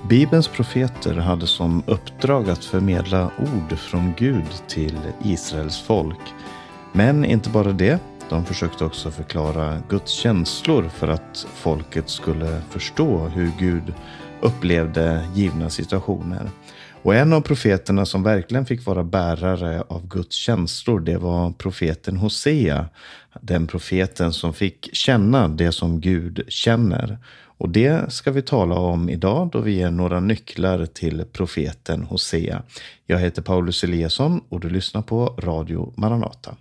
Bibelns profeter hade som uppdrag att förmedla ord från Gud till Israels folk. Men inte bara det, de försökte också förklara Guds känslor för att folket skulle förstå hur Gud upplevde givna situationer. Och en av profeterna som verkligen fick vara bärare av Guds känslor, det var profeten Hosea. Den profeten som fick känna det som Gud känner. Och det ska vi tala om idag då vi ger några nycklar till profeten Hosea. Jag heter Paulus Eliasson och du lyssnar på Radio Maranata.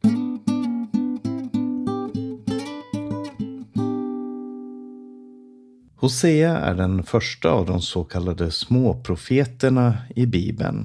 Hosea är den första av de så kallade småprofeterna i Bibeln.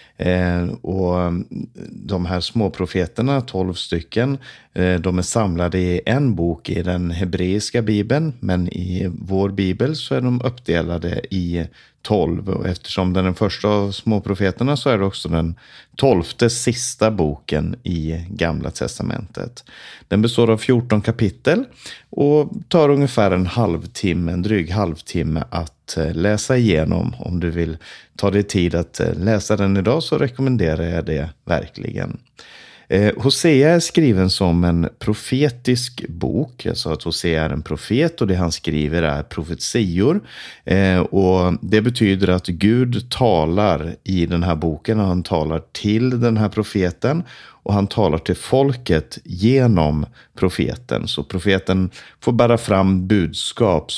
Och de här småprofeterna, 12 stycken, de är samlade i en bok i den hebreiska bibeln, men i vår bibel så är de uppdelade i 12. Och eftersom den är den första av småprofeterna så är det också den 12:e sista boken i Gamla testamentet. Den består av 14 kapitel och tar ungefär en dryg halvtimme att läsa igenom. Om du vill ta dig tid att läsa den idag så rekommenderar jag det verkligen. Hosea är skriven som en profetisk bok. Jag sa att Hosea är en profet och det han skriver är profetior. Och det betyder att Gud talar i den här boken och han talar till den här profeten. Och han talar till folket genom profeten. Så profeten får bära fram budskap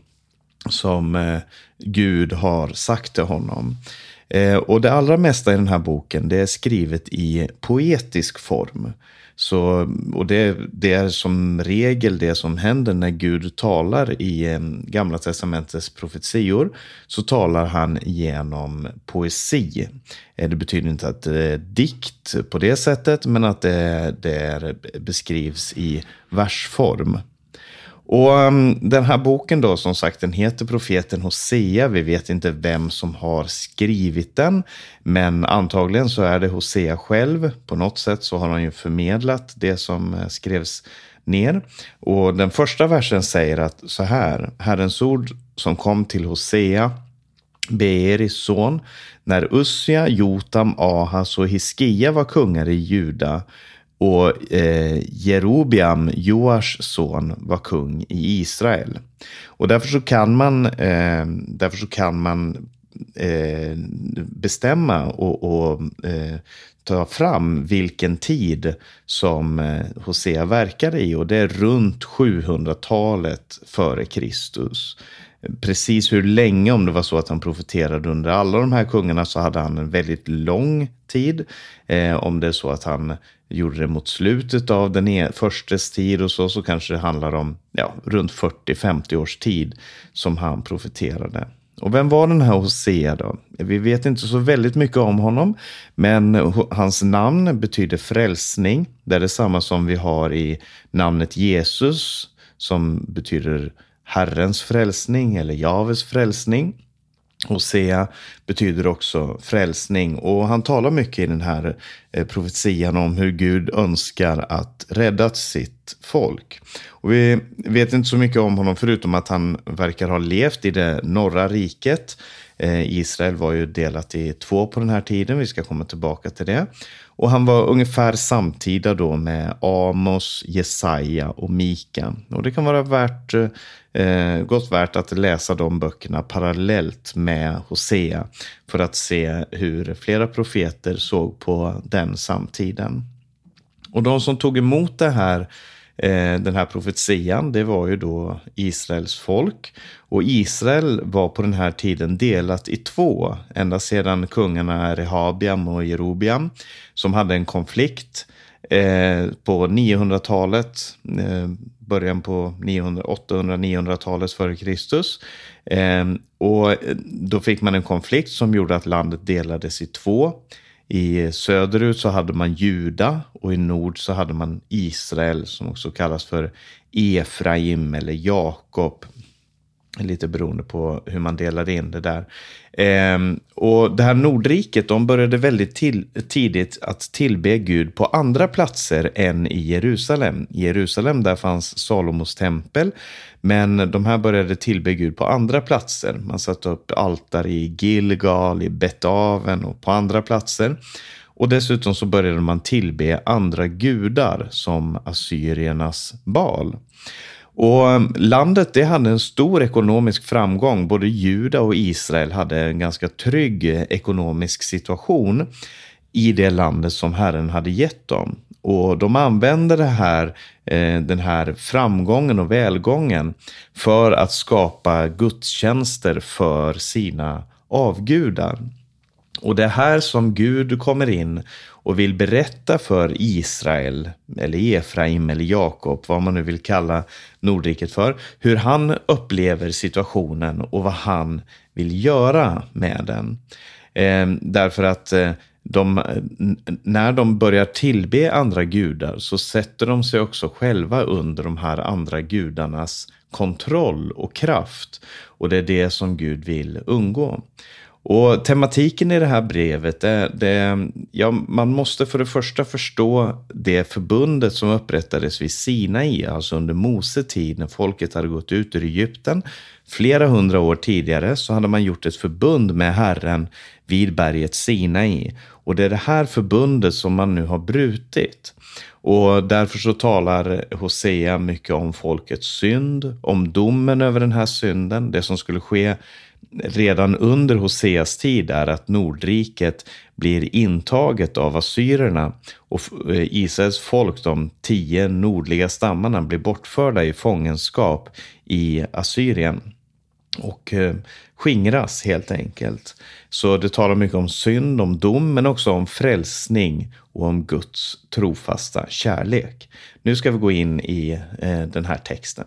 som Gud har sagt till honom. Och det allra mesta i den här boken det är skrivet i poetisk form. Och det är som regel det som händer när Gud talar i Gamla testamentets profetior, så talar han genom poesi. Det betyder inte att det är dikt på det sättet, men att det beskrivs i versform. Och den här boken då, som sagt, den heter profeten Hosea. Vi vet inte vem som har skrivit den, men antagligen så är det Hosea själv. På något sätt så har han ju förmedlat det som skrevs ner. Och den första versen säger att så här: Herrens ord som kom till Hosea, Beeris son, när Ussia, Jotam, Ahas och Hiskia var kungar i Juda, och Jerobiam, Joas son, var kung i Israel. Och därför så kan man bestämma och ta fram vilken tid som Hosea verkade i. Och det är runt 700-talet före Kristus. Precis hur länge, om det var så att han profeterade under alla de här kungarna, så hade han en väldigt lång tid. Om det är så att han gjorde det mot slutet av den förstes tid och så kanske det handlar om runt 40-50 års tid som han profeterade. Och vem var den här Hosea då? Vi vet inte så väldigt mycket om honom, men hans namn betyder frälsning. Det är detsamma som vi har i namnet Jesus, som betyder Herrens frälsning eller Javes frälsning. Hosea betyder också frälsning, och han talar mycket i den här profetian om hur Gud önskar att rädda sitt folk. Och vi vet inte så mycket om honom förutom att han verkar ha levt i det norra riket. Israel var ju delat i 2 på den här tiden, vi ska komma tillbaka till det. Och han var ungefär samtida då med Amos, Jesaja och Mika. Och det kan vara gott värt att läsa de böckerna parallellt med Hosea för att se hur flera profeter såg på den samtiden. Och de som tog emot den här profetian, det var ju då Israels folk. Och Israel var på den här tiden delat i 2, ända sedan kungarna Rehabiam och Jerobiam, som hade en konflikt på 900-talet, början på 800-900-talet före Kristus. Och då fick man en konflikt som gjorde att landet delades i 2. I söderut så hade man Juda och i nord så hade man Israel, som också kallas för Efraim eller Jakob. Lite beroende på hur man delar in det där. Och det här Nordriket, de började väldigt tidigt att tillbe Gud på andra platser än i Jerusalem. I Jerusalem där fanns Salomos tempel, men de här började tillbe Gud på andra platser. Man satte upp altare i Gilgal, i Betaven och på andra platser. Och dessutom så började man tillbe andra gudar som assyriernas Baal. Och landet, det hade en stor ekonomisk framgång. Både Juda och Israel hade en ganska trygg ekonomisk situation i det landet som Herren hade gett dem. Och de använde den här framgången och välgången för att skapa gudstjänster för sina avgudar. Och det är här som Gud kommer in och vill berätta för Israel, eller Efraim eller Jakob, vad man nu vill kalla Nordriket för, hur han upplever situationen och vad han vill göra med den. Därför att när de börjar tillbe andra gudar så sätter de sig också själva under de här andra gudarnas kontroll och kraft. Och det är det som Gud vill undgå. Och tematiken i det här brevet man måste för det första förstå det förbundet som upprättades vid Sinai, alltså under Mose tid när folket hade gått ut ur Egypten. Flera hundra år tidigare så hade man gjort ett förbund med Herren vid berget Sinai. Och det är det här förbundet som man nu har brutit. Och därför så talar Hosea mycket om folkets synd, om domen över den här synden. Det som skulle ske redan under Hoseas tid är att Nordriket blir intaget av assyrerna och Israels folk, de 10 nordliga stammarna, blir bortförda i fångenskap i Assyrien och skingras helt enkelt. Så det talar mycket om synd, om dom, men också om frälsning och om Guds trofasta kärlek. Nu ska vi gå in i den här texten.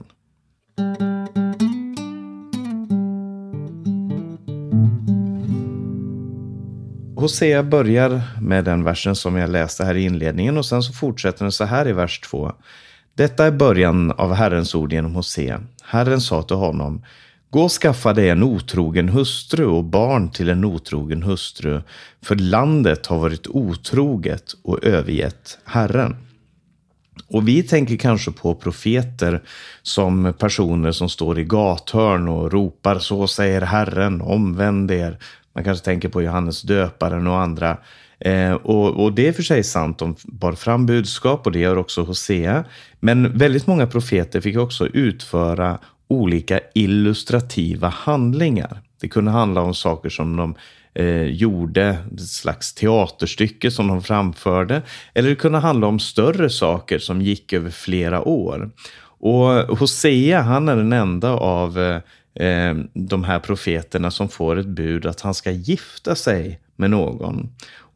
Hosea börjar med den versen som jag läste här i inledningen och sen så fortsätter den så här i vers 2. Detta är början av Herrens ord genom Hosea. Herren sa till honom: gå och skaffa dig en otrogen hustru och barn till en otrogen hustru, för landet har varit otroget och övergett Herren. Och vi tänker kanske på profeter som personer som står i gathörn och ropar: så säger Herren, omvänd er. Man kanske tänker på Johannes döparen och andra. Och det är för sig sant, de bar fram budskap och det gör också Hosea. Men väldigt många profeter fick också utföra olika illustrativa handlingar. Det kunde handla om saker som de gjorde, ett slags teaterstycke som de framförde. Eller det kunde handla om större saker som gick över flera år. Och Hosea, han är den enda av de här profeterna som får ett bud att han ska gifta sig med någon.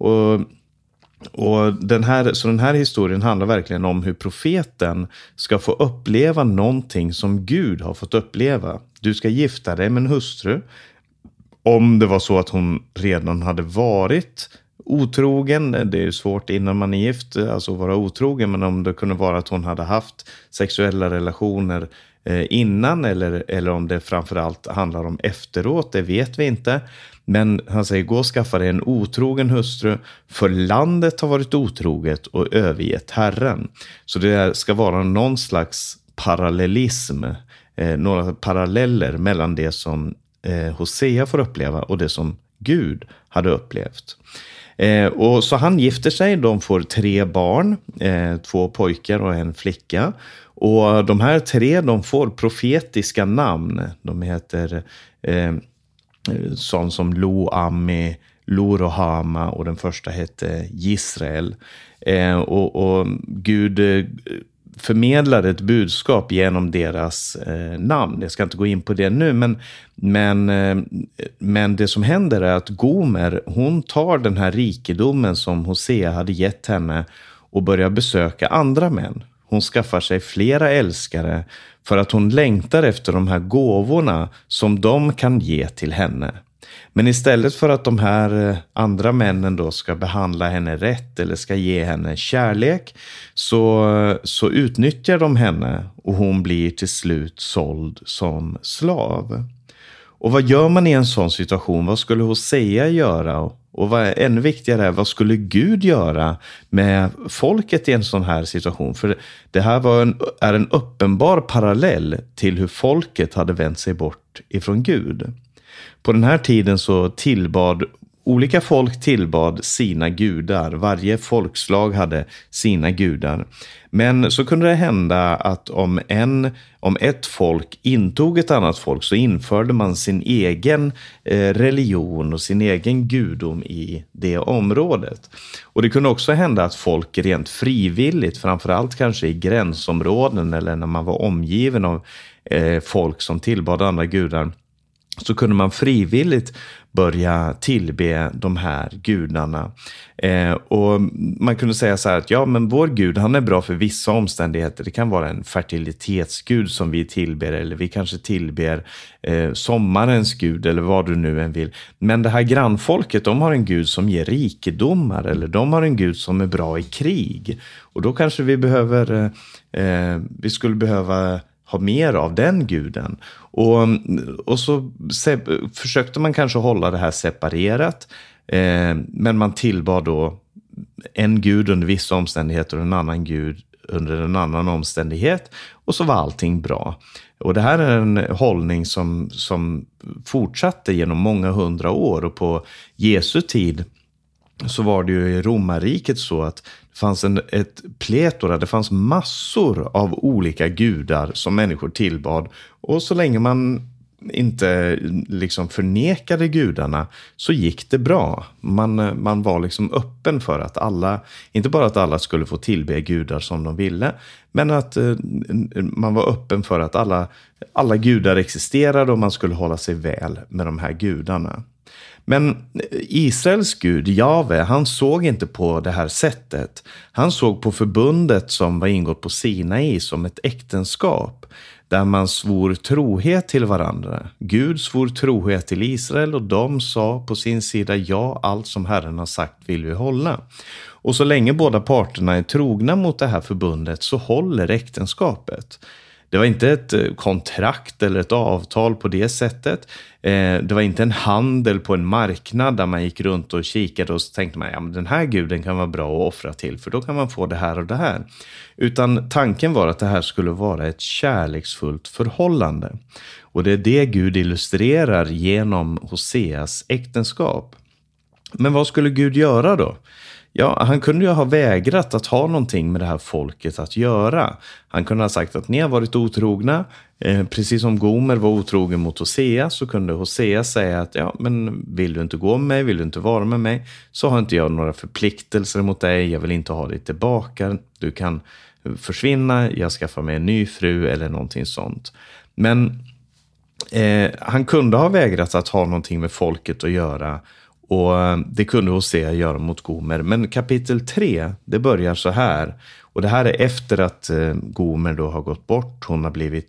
Och den här historien handlar verkligen om hur profeten ska få uppleva någonting som Gud har fått uppleva. Du ska gifta dig med en hustru. Om det var så att hon redan hade varit otrogen, det är ju svårt innan man är gift, alltså vara otrogen, men om det kunde vara att hon hade haft sexuella relationer innan eller om det framförallt handlar om efteråt, det vet vi inte. Men han säger: gå och skaffa dig en otrogen hustru, för landet har varit otroget och övergett Herren. Så det ska vara någon slags parallellism, några paralleller mellan det som Hosea får uppleva och det som Gud hade upplevt. Och så han gifter sig, de får 3 barn, 2 pojkar och en flicka. Och de här 3, de får profetiska namn. De heter sånt som Lo-Ammi, Lo-Rohama, och den första hette Israel. Och Gud förmedlar ett budskap genom deras namn. Jag ska inte gå in på det nu, men det som händer är att Gomer, hon tar den här rikedomen som Hosea hade gett henne och börjar besöka andra män. Hon skaffar sig flera älskare för att hon längtar efter de här gåvorna som de kan ge till henne. Men istället för att de här andra männen då ska behandla henne rätt eller ska ge henne kärlek, så utnyttjar de henne och hon blir till slut såld som slav. Och vad gör man i en sån situation? Vad skulle Hosea göra? Och vad är ännu viktigare är, vad skulle Gud göra med folket i en sån här situation? För det här är en uppenbar parallell till hur folket hade vänt sig bort ifrån Gud. På den här tiden så olika folk tillbad sina gudar. Varje folkslag hade sina gudar. Men så kunde det hända att om ett folk intog ett annat folk, så införde man sin egen religion och sin egen gudom i det området. Och det kunde också hända att folk rent frivilligt, framförallt kanske i gränsområden eller när man var omgiven av folk som tillbad andra gudar, så kunde man frivilligt börja tillbe de här gudarna. Och man kunde säga så här att ja, men vår Gud, han är bra för vissa omständigheter. Det kan vara en fertilitetsgud som vi tillber, eller vi kanske tillber sommarens gud eller vad du nu än vill. Men det här grannfolket, de har en gud som ger rikedomar, eller de har en gud som är bra i krig. Och då kanske vi skulle behöva ha mer av den guden. Och så försökte man kanske hålla det här separerat. Men man tillbad då en gud under vissa omständigheter och en annan gud under en annan omständighet. Och så var allting bra. Och det här är en hållning som fortsatte genom många hundra år. Och på Jesu tid så var det ju i romarriket så att det fanns ett pletora, det fanns massor av olika gudar som människor tillbad. Och så länge man inte liksom förnekade gudarna så gick det bra. Man var liksom öppen för att inte bara att alla skulle få tillbe gudar som de ville, men att man var öppen för att alla gudar existerade och man skulle hålla sig väl med de här gudarna. Men Israels gud, Jave, han såg inte på det här sättet. Han såg på förbundet som var ingått på Sinai som ett äktenskap, där man svor trohet till varandra. Gud svor trohet till Israel och de sa på sin sida, ja, allt som Herren har sagt vill vi hålla. Och så länge båda parterna är trogna mot det här förbundet så håller äktenskapet. Det var inte ett kontrakt eller ett avtal på det sättet. Det var inte en handel på en marknad där man gick runt och kikade och så tänkte man, ja, men den här guden kan vara bra att offra till för då kan man få det här och det här. Utan tanken var att det här skulle vara ett kärleksfullt förhållande. Och det är det Gud illustrerar genom Hoseas äktenskap. Men vad skulle Gud göra då? Ja, han kunde ju ha vägrat att ha någonting med det här folket att göra. Han kunde ha sagt att ni har varit otrogna. Precis som Gomer var otrogen mot Hosea så kunde Hosea säga att ja, men vill du inte gå med mig, vill du inte vara med mig, så har inte jag några förpliktelser mot dig. Jag vill inte ha dig tillbaka. Du kan försvinna, jag skaffar mig en ny fru eller någonting sånt. Men han kunde ha vägrat att ha någonting med folket att göra. Och det kunde Hosea göra mot Gomer. Men kapitel 3, det börjar så här. Och det här är efter att Gomer då har gått bort. Hon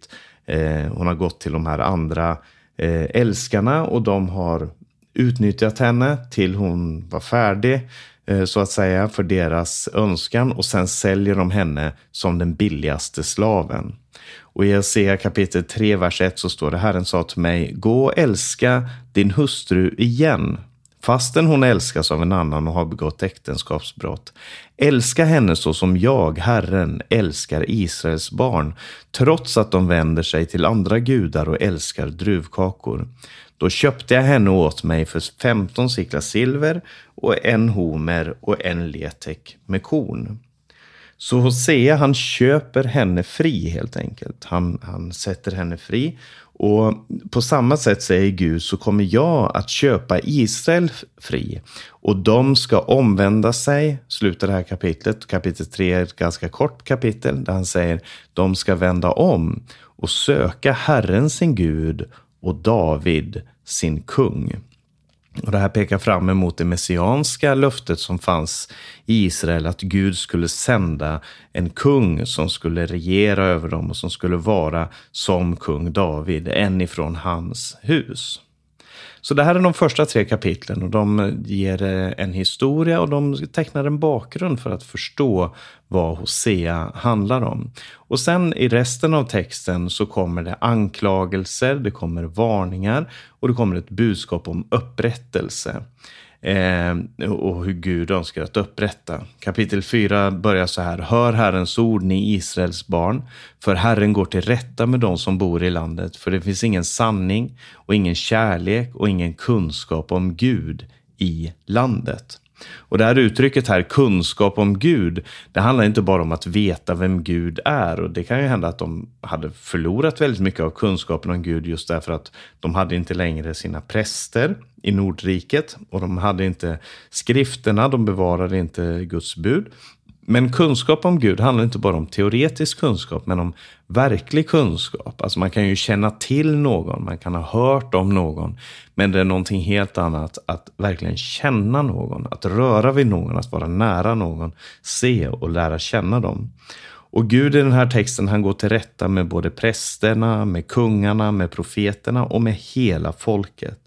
har gått till de här andra älskarna. Och de har utnyttjat henne till hon var färdig. Så att säga för deras önskan. Och sen säljer de henne som den billigaste slaven. Och i Hosea kapitel 3 vers 1 så står det: Herren sa till mig, gå och älska din hustru igen. Fastän hon älskas av en annan och har begått äktenskapsbrott. Älska henne så som jag, Herren, älskar Israels barn, trots att de vänder sig till andra gudar och älskar druvkakor. Då köpte jag henne åt mig för 15 siklar silver och en homer och en letek med korn. Så Hosea, han köper henne fri helt enkelt. Han sätter henne fri. Och på samma sätt säger Gud, så kommer jag att köpa Israel fri. Och de ska omvända sig, slutar det här kapitlet. Kapitel 3 är ett ganska kort kapitel där han säger, de ska vända om och söka Herren sin Gud och David sin kung. Och det här pekar fram emot det messianska löftet som fanns i Israel, att Gud skulle sända en kung som skulle regera över dem och som skulle vara som kung David, en ifrån hans hus. Så det här är de första 3 kapitlen och de ger en historia och de tecknar en bakgrund för att förstå vad Hosea handlar om. Och sen i resten av texten så kommer det anklagelser, det kommer varningar och det kommer ett budskap om upprättelse. Och hur Gud önskar att upprätta. Kapitel 4 börjar så här: Hör Herrens ord, ni Israels barn, för Herren går till rätta med de som bor i landet, för det finns ingen sanning och ingen kärlek och ingen kunskap om Gud i landet. Och det här uttrycket här, kunskap om Gud, det handlar inte bara om att veta vem Gud är. Och det kan ju hända att de hade förlorat väldigt mycket av kunskapen om Gud just därför att de hade inte längre sina präster i Nordriket. Och de hade inte skrifterna, de bevarade inte Guds bud. Men kunskap om Gud handlar inte bara om teoretisk kunskap, men om verklig kunskap. Alltså man kan ju känna till någon, man kan ha hört om någon. Men det är någonting helt annat att verkligen känna någon, att röra vid någon, att vara nära någon, se och lära känna dem. Och Gud i den här texten, han går till rätta med både prästerna, med kungarna, med profeterna och med hela folket.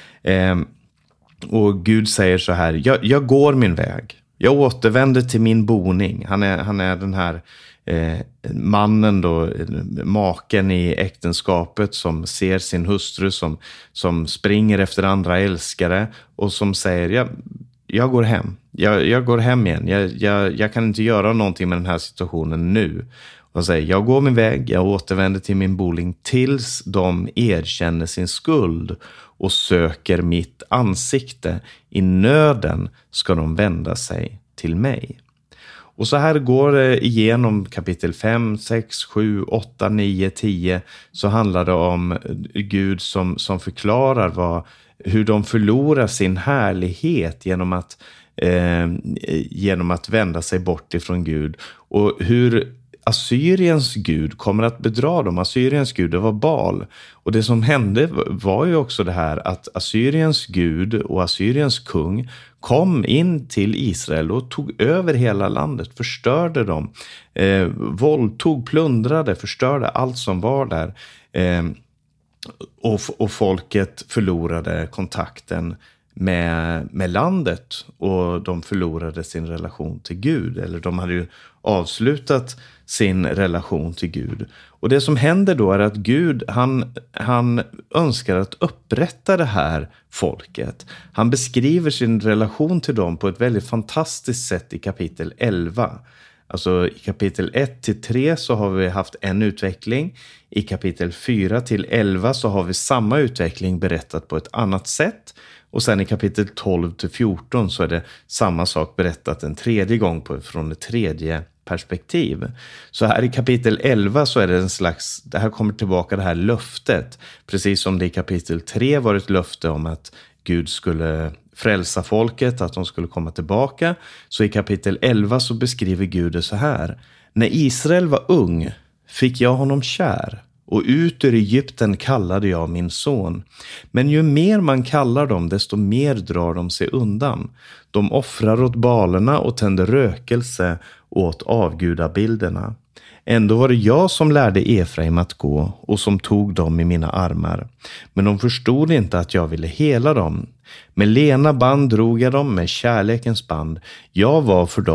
Och Gud säger så här: jag går min väg. Jag återvänder till min boning. Han är den här mannen då, maken i äktenskapet som ser sin hustru som springer efter andra älskare och som säger jag går hem. Jag går hem igen. Jag kan inte göra någonting med den här situationen nu. Och säger, jag går min väg, jag återvänder till min boning tills de erkänner sin skuld och söker mitt ansikte. I nöden ska de vända sig till mig. Och så här går det igenom kapitel 5, 6, 7, 8, 9, 10. Så handlar det om Gud som förklarar hur de förlorar sin härlighet genom att vända sig bort ifrån Gud. Och hur Assyriens gud kommer att bedra dem. Assyriens gud, det var Baal. Och det som hände var ju också det här att Assyriens gud och Assyriens kung kom in till Israel och tog över hela landet, förstörde dem, våldtog, plundrade, förstörde allt som var där. Och folket förlorade kontakten med landet och de förlorade sin relation till Gud. Eller de hade ju avslutat sin relation till Gud. Och det som händer då är att Gud, han önskar att upprätta det här folket. Han beskriver sin relation till dem på ett väldigt fantastiskt sätt i kapitel 11. Alltså i kapitel 1-3 så har vi haft en utveckling. I kapitel 4-11 så har vi samma utveckling berättat på ett annat sätt. Och sen i kapitel 12-14 så är det samma sak berättat en tredje gång från ett tredje perspektiv. Så här i kapitel 11 så är det det här kommer tillbaka, det här löftet. Precis som det i kapitel 3 var ett löfte om att Gud skulle frälsa folket, att de skulle komma tillbaka. Så i kapitel 11 så beskriver Gud det så här: när Israel var ung fick jag honom kär, och ut ur Egypten kallade jag min son. Men ju mer man kallar dem, desto mer drar de sig undan. De offrar åt balerna och tänder rökelse åt avgudabilderna. Ändå var det jag som lärde Efraim att gå och som tog dem i mina armar. Men de förstod inte att jag ville hela dem. Med lena band drog jag dem, med kärlekens band. Jag var för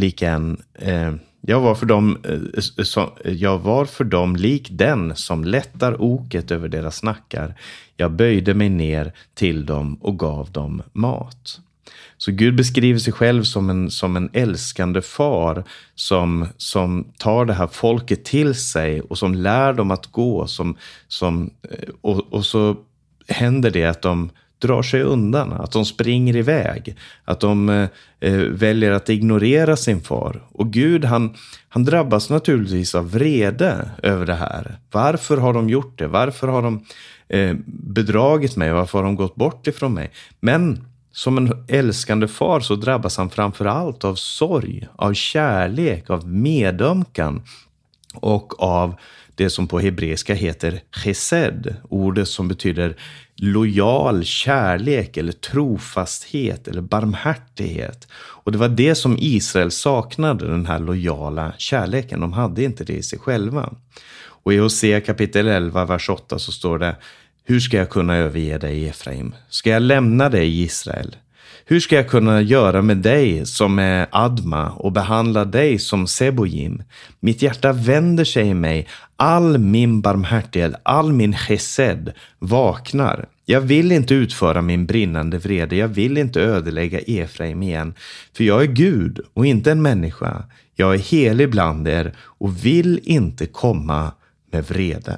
dem lik den som lättar oket över deras nackar. Jag böjde mig ner till dem och gav dem mat. Så Gud beskriver sig själv som en älskande far som tar det här folket till sig och som lär dem att gå. Och så händer det att de drar sig undan, att de springer iväg, att de väljer att ignorera sin far. Och Gud han drabbas naturligtvis av vrede över det här. Varför har de gjort det? Varför har de bedragit mig? Varför har de gått bort ifrån mig? Men som en älskande far så drabbas han framför allt av sorg, av kärlek, av medömkan och av det som på hebreiska heter chesed, ordet som betyder lojal kärlek eller trofasthet eller barmhärtighet. Och det var det som Israel saknade, den här lojala kärleken. De hade inte det i sig själva. Och i Hosea kapitel 11, vers 8 så står det: Hur ska jag kunna överge dig, Efraim? Ska jag lämna dig, Israel? Hur ska jag kunna göra med dig som är Adma och behandla dig som Sebojim? Mitt hjärta vänder sig i mig. All min barmhärtighet, all min chesed vaknar. Jag vill inte utföra min brinnande vrede. Jag vill inte ödelägga Efraim igen. För jag är Gud och inte en människa. Jag är helig bland er och vill inte komma med vrede.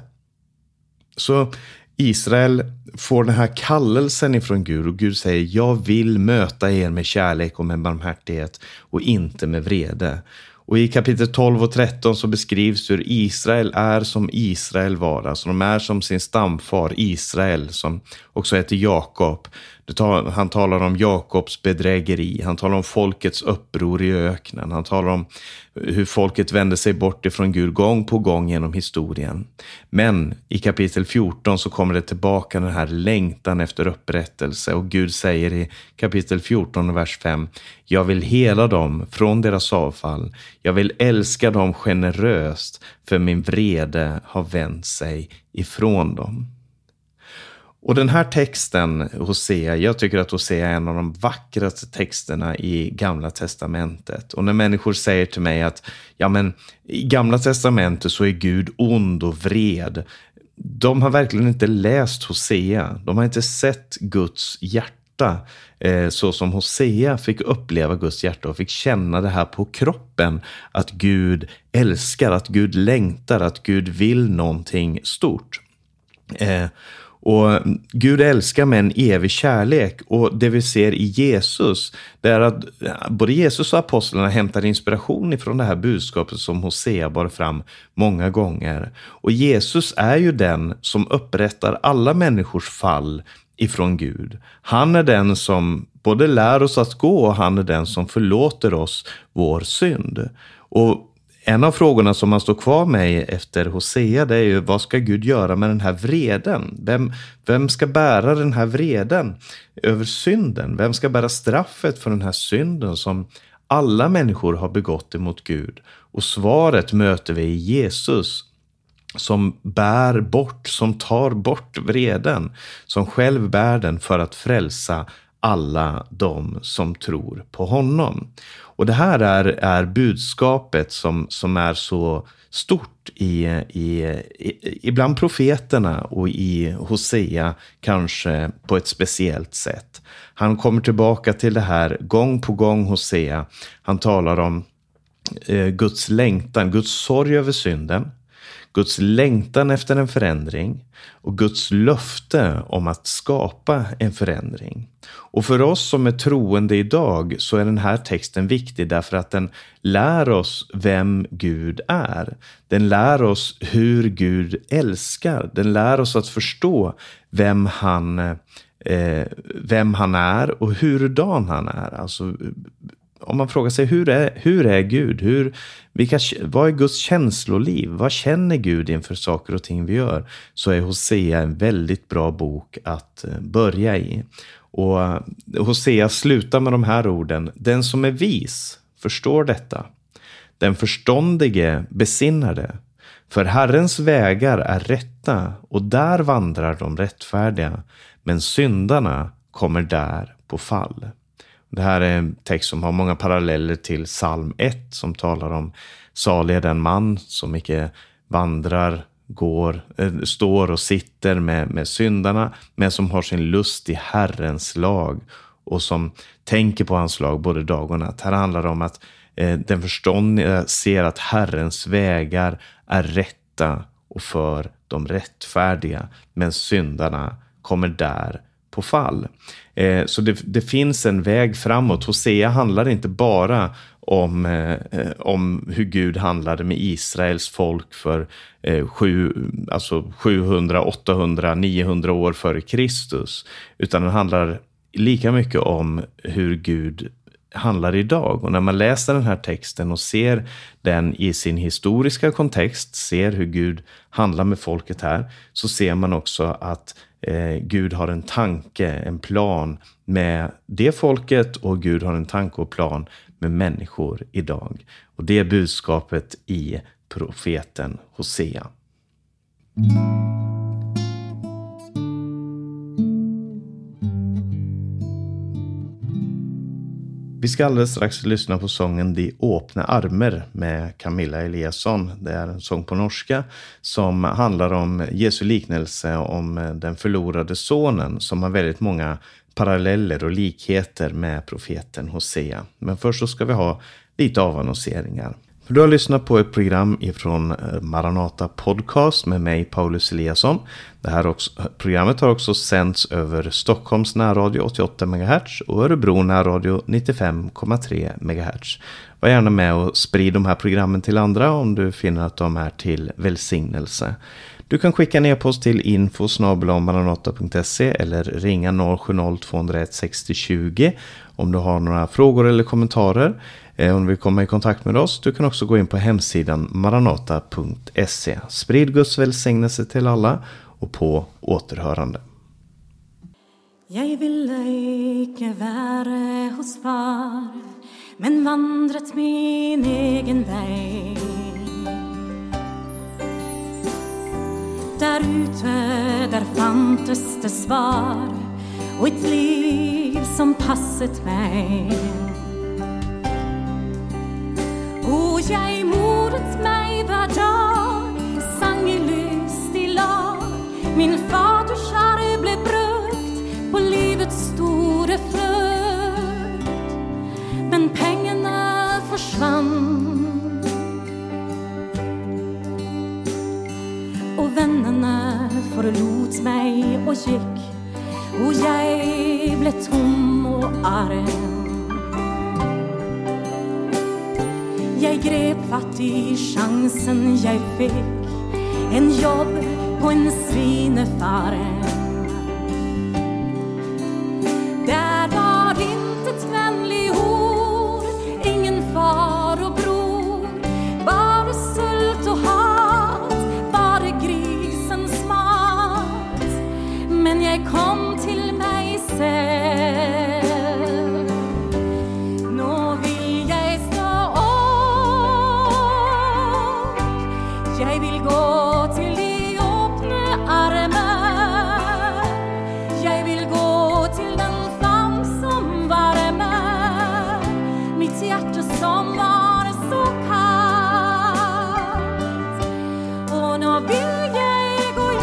Så Israel får den här kallelsen ifrån Gud och Gud säger: jag vill möta er med kärlek och med barmhärtighet och inte med vrede. Och i kapitel 12 och 13 så beskrivs hur Israel är som Israel var. Alltså de är som sin stamfar Israel, som också heter Jakob. Han talar om Jakobs bedrägeri. Han talar om folkets uppror i öknen. Han talar om hur folket vände sig bort ifrån Gud gång på gång genom historien. Men i kapitel 14 så kommer det tillbaka den här längtan efter upprättelse. Och Gud säger i kapitel 14 vers 5: jag vill hela dem från deras avfall. Jag vill älska dem generöst, för min vrede har vänt sig ifrån dem. Och den här texten, Hosea, jag tycker att Hosea är en av de vackraste texterna i Gamla testamentet. Och när människor säger till mig att ja, men i Gamla testamentet så är Gud ond och vred. De har verkligen inte läst Hosea. De har inte sett Guds hjärta så som Hosea fick uppleva Guds hjärta och fick känna det här på kroppen. Att Gud älskar, att Gud längtar, att Gud vill någonting stort. Och Gud älskar med en evig kärlek, och det vi ser i Jesus, det är att både Jesus och apostlarna hämtar inspiration ifrån det här budskapet som Hosea bar fram många gånger. Och Jesus är ju den som upprättar alla människors fall ifrån Gud. Han är den som både lär oss att gå, och han är den som förlåter oss vår synd. Och en av frågorna som man står kvar med efter Hosea, det är ju: vad ska Gud göra med den här vreden? Vem ska bära den här vreden över synden? Vem ska bära straffet för den här synden som alla människor har begått emot Gud? Och svaret möter vi i Jesus, som bär bort, som tar bort vreden, som själv bär den för att frälsa alla de som tror på honom. Och det här är budskapet som är så stort ibland profeterna och i Hosea, kanske på ett speciellt sätt. Han kommer tillbaka till det här gång på gång, Hosea. Han talar om Guds längtan, Guds sorg över synden, Guds längtan efter en förändring och Guds löfte om att skapa en förändring. Och för oss som är troende idag så är den här texten viktig, därför att den lär oss vem Gud är. Den lär oss hur Gud älskar. Den lär oss att förstå vem han är och hurdan han är. Alltså, om man frågar sig hur är Gud? Vad är Guds känsloliv? Vad känner Gud inför saker och ting vi gör? Så är Hosea en väldigt bra bok att börja i. Och Hosea slutar med de här orden: den som är vis förstår detta. Den förståndige besinnar det. För Herrens vägar är rätta, och där vandrar de rättfärdiga. Men syndarna kommer där på fall. Det här är en text som har många paralleller till psalm 1, som talar om salig är den man som icke vandrar, står och sitter med syndarna, men som har sin lust i Herrens lag och som tänker på hans lag både dag och natt. Här handlar det om att den förståndiga ser att Herrens vägar är rätta och för de rättfärdiga, men syndarna kommer där på fall. Så det finns en väg framåt. Hosea handlar inte bara om hur Gud handlade med Israels folk för 700, 800, 900 år före Kristus, utan den handlar lika mycket om hur Gud handlar idag. Och när man läser den här texten och ser den i sin historiska kontext, ser hur Gud handlar med folket här, så ser man också att Gud har en tanke, en plan med det folket, och Gud har en tanke och plan med människor idag. Och det är budskapet i profeten Hosea. Vi ska alldeles strax lyssna på sången De åpne armer med Camilla Eliasson. Det är en sång på norska som handlar om Jesu liknelse om den förlorade sonen som har väldigt många paralleller och likheter med profeten Hosea. Men först så ska vi ha lite avannonseringar. Du har lyssnat på ett program ifrån Maranata Podcast med mig, Paulus Eliasson. Det här programmet har också sänds över Stockholms närradio 88 MHz och Örebro närradio 95,3 MHz. Var gärna med och sprid de här programmen till andra om du finner att de är till välsignelse. Du kan skicka ner post till info@maranata.se eller ringa 070-201 60 20 om du har några frågor eller kommentarer. Om du vill komma i kontakt med oss, du kan också gå in på hemsidan maranata.se. Sprid Guds välsignelse till alla och på återhörande. Jag ville ikke være hos far, men vandret min egen vei. Där ute, där fantes det svar och ett liv som passet mig. Och jag moret mig hver dag, sang i lystig lag. Min faders arv blev brukt på livets store frukt. Men pengarna försvann och vännerna förlot mig och gick. Och jag blev tom och arm. Jag grep fatt i chansen jag fick, en jobb på en svinefarm. Där var inte ett vänligt ord, ingen far och bror, bara sult och hat, bara grisens mat. Men jag kom till mig själv. Nå vill jag stå upp, jag vill gå till de öppna armar. Jag vill gå till den famn som värmer mitt hjärta som var så kallt. Och nå vill jag gå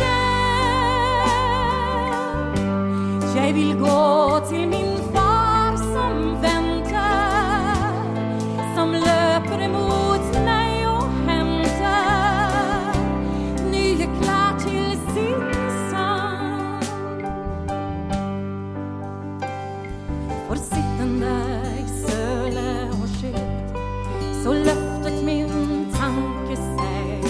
hem. Jag vill gå till min far som väntar, som löper emot mig och hämtar nya klär till sin son. Får sittande i söle och skydd, så löftet min tanke sig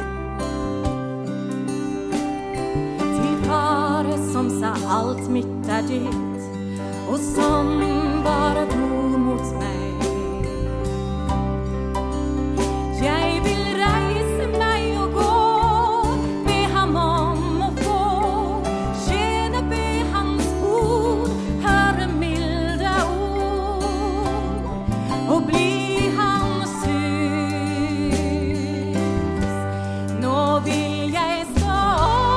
till far som sa allt mitt är ditt och som bara tog mot mig. Jag vill resa mig och gå, be han om att få tjäna be hans ord, höra milda ord och bli hans hus. Nå vill jag stå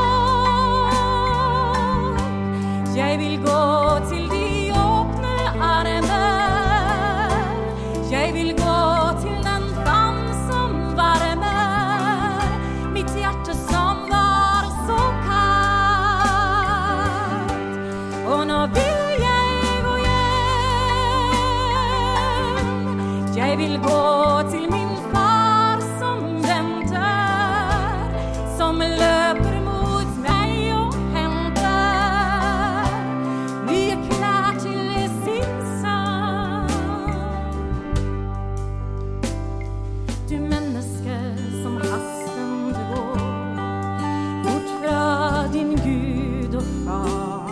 upp, jag vill gå till de öppna armar. Jag vill gå till den famn som värmer mitt hjärta som var så kallt. Och nå vill jag gå hem. Jag vill gå till min far som väntar, som löper mot mig och hämtar nya klär till sin son. Du menneske som hasten du går bort fra din Gud och far.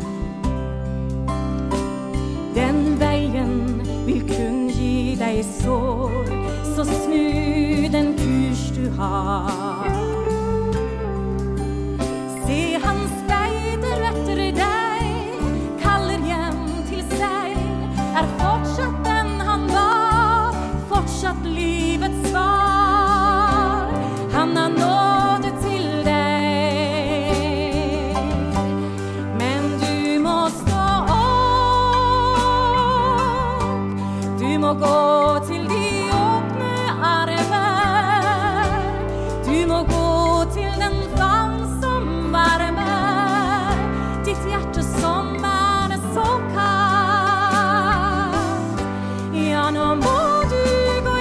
Den vägen vill kun ge dig sår, så snu den kurs du har. Se han spejder efter dig, kallar hem till sig, är fortsatt den han var, fortsatt livets svar. Han har nåde till dig, men du måste upp, gå till de åpne armer. Du må gå till den famn som varmer ditt hjärta som är så kallt. Ja, nu må du gå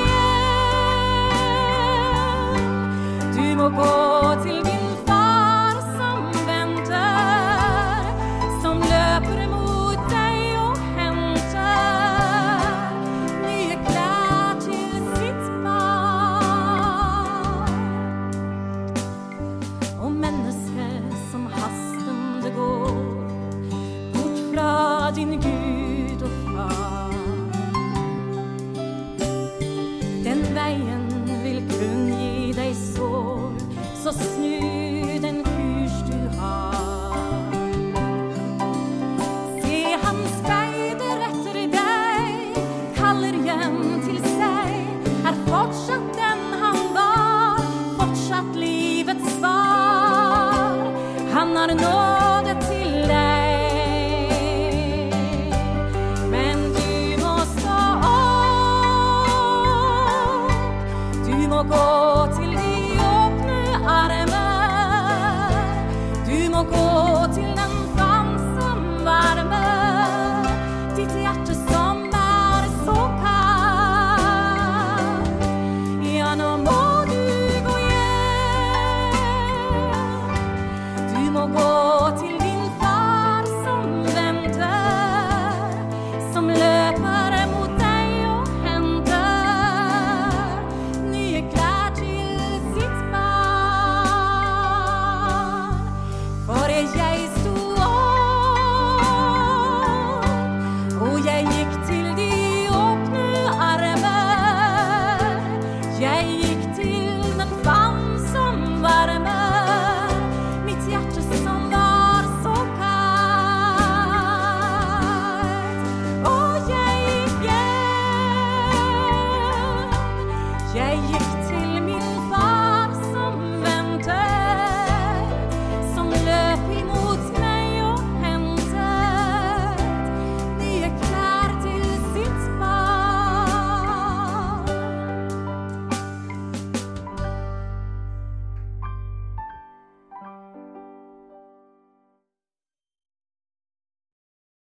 igen. Du må gå till din far som väntar, som löper mot dig och hämtar nya kläder till sitt barn. Och människor som hastande går bort från din Gud och far, den vägen vill kun ge dig sår, så snu den kurs du har. Se, han spejder efter dig, kallar igen till sig, är fortsatt den han var, fortsatt livets svar. Han har nåde till dig, men du må stå upp. Du må gå till de åpne armer. Du må gå till den famn som varmer ditt hjärta som är så kallt. Ja, nu må du gå igen. Du må gå till din far som väntar, som löper mot dig och hämtar nya kläder till sitt barn. För jag stod upp och jag gick till de åpne armer. Jag gick till den famn som värmer mitt hjärta som var så kallt. Och jag gick igen. Jag gick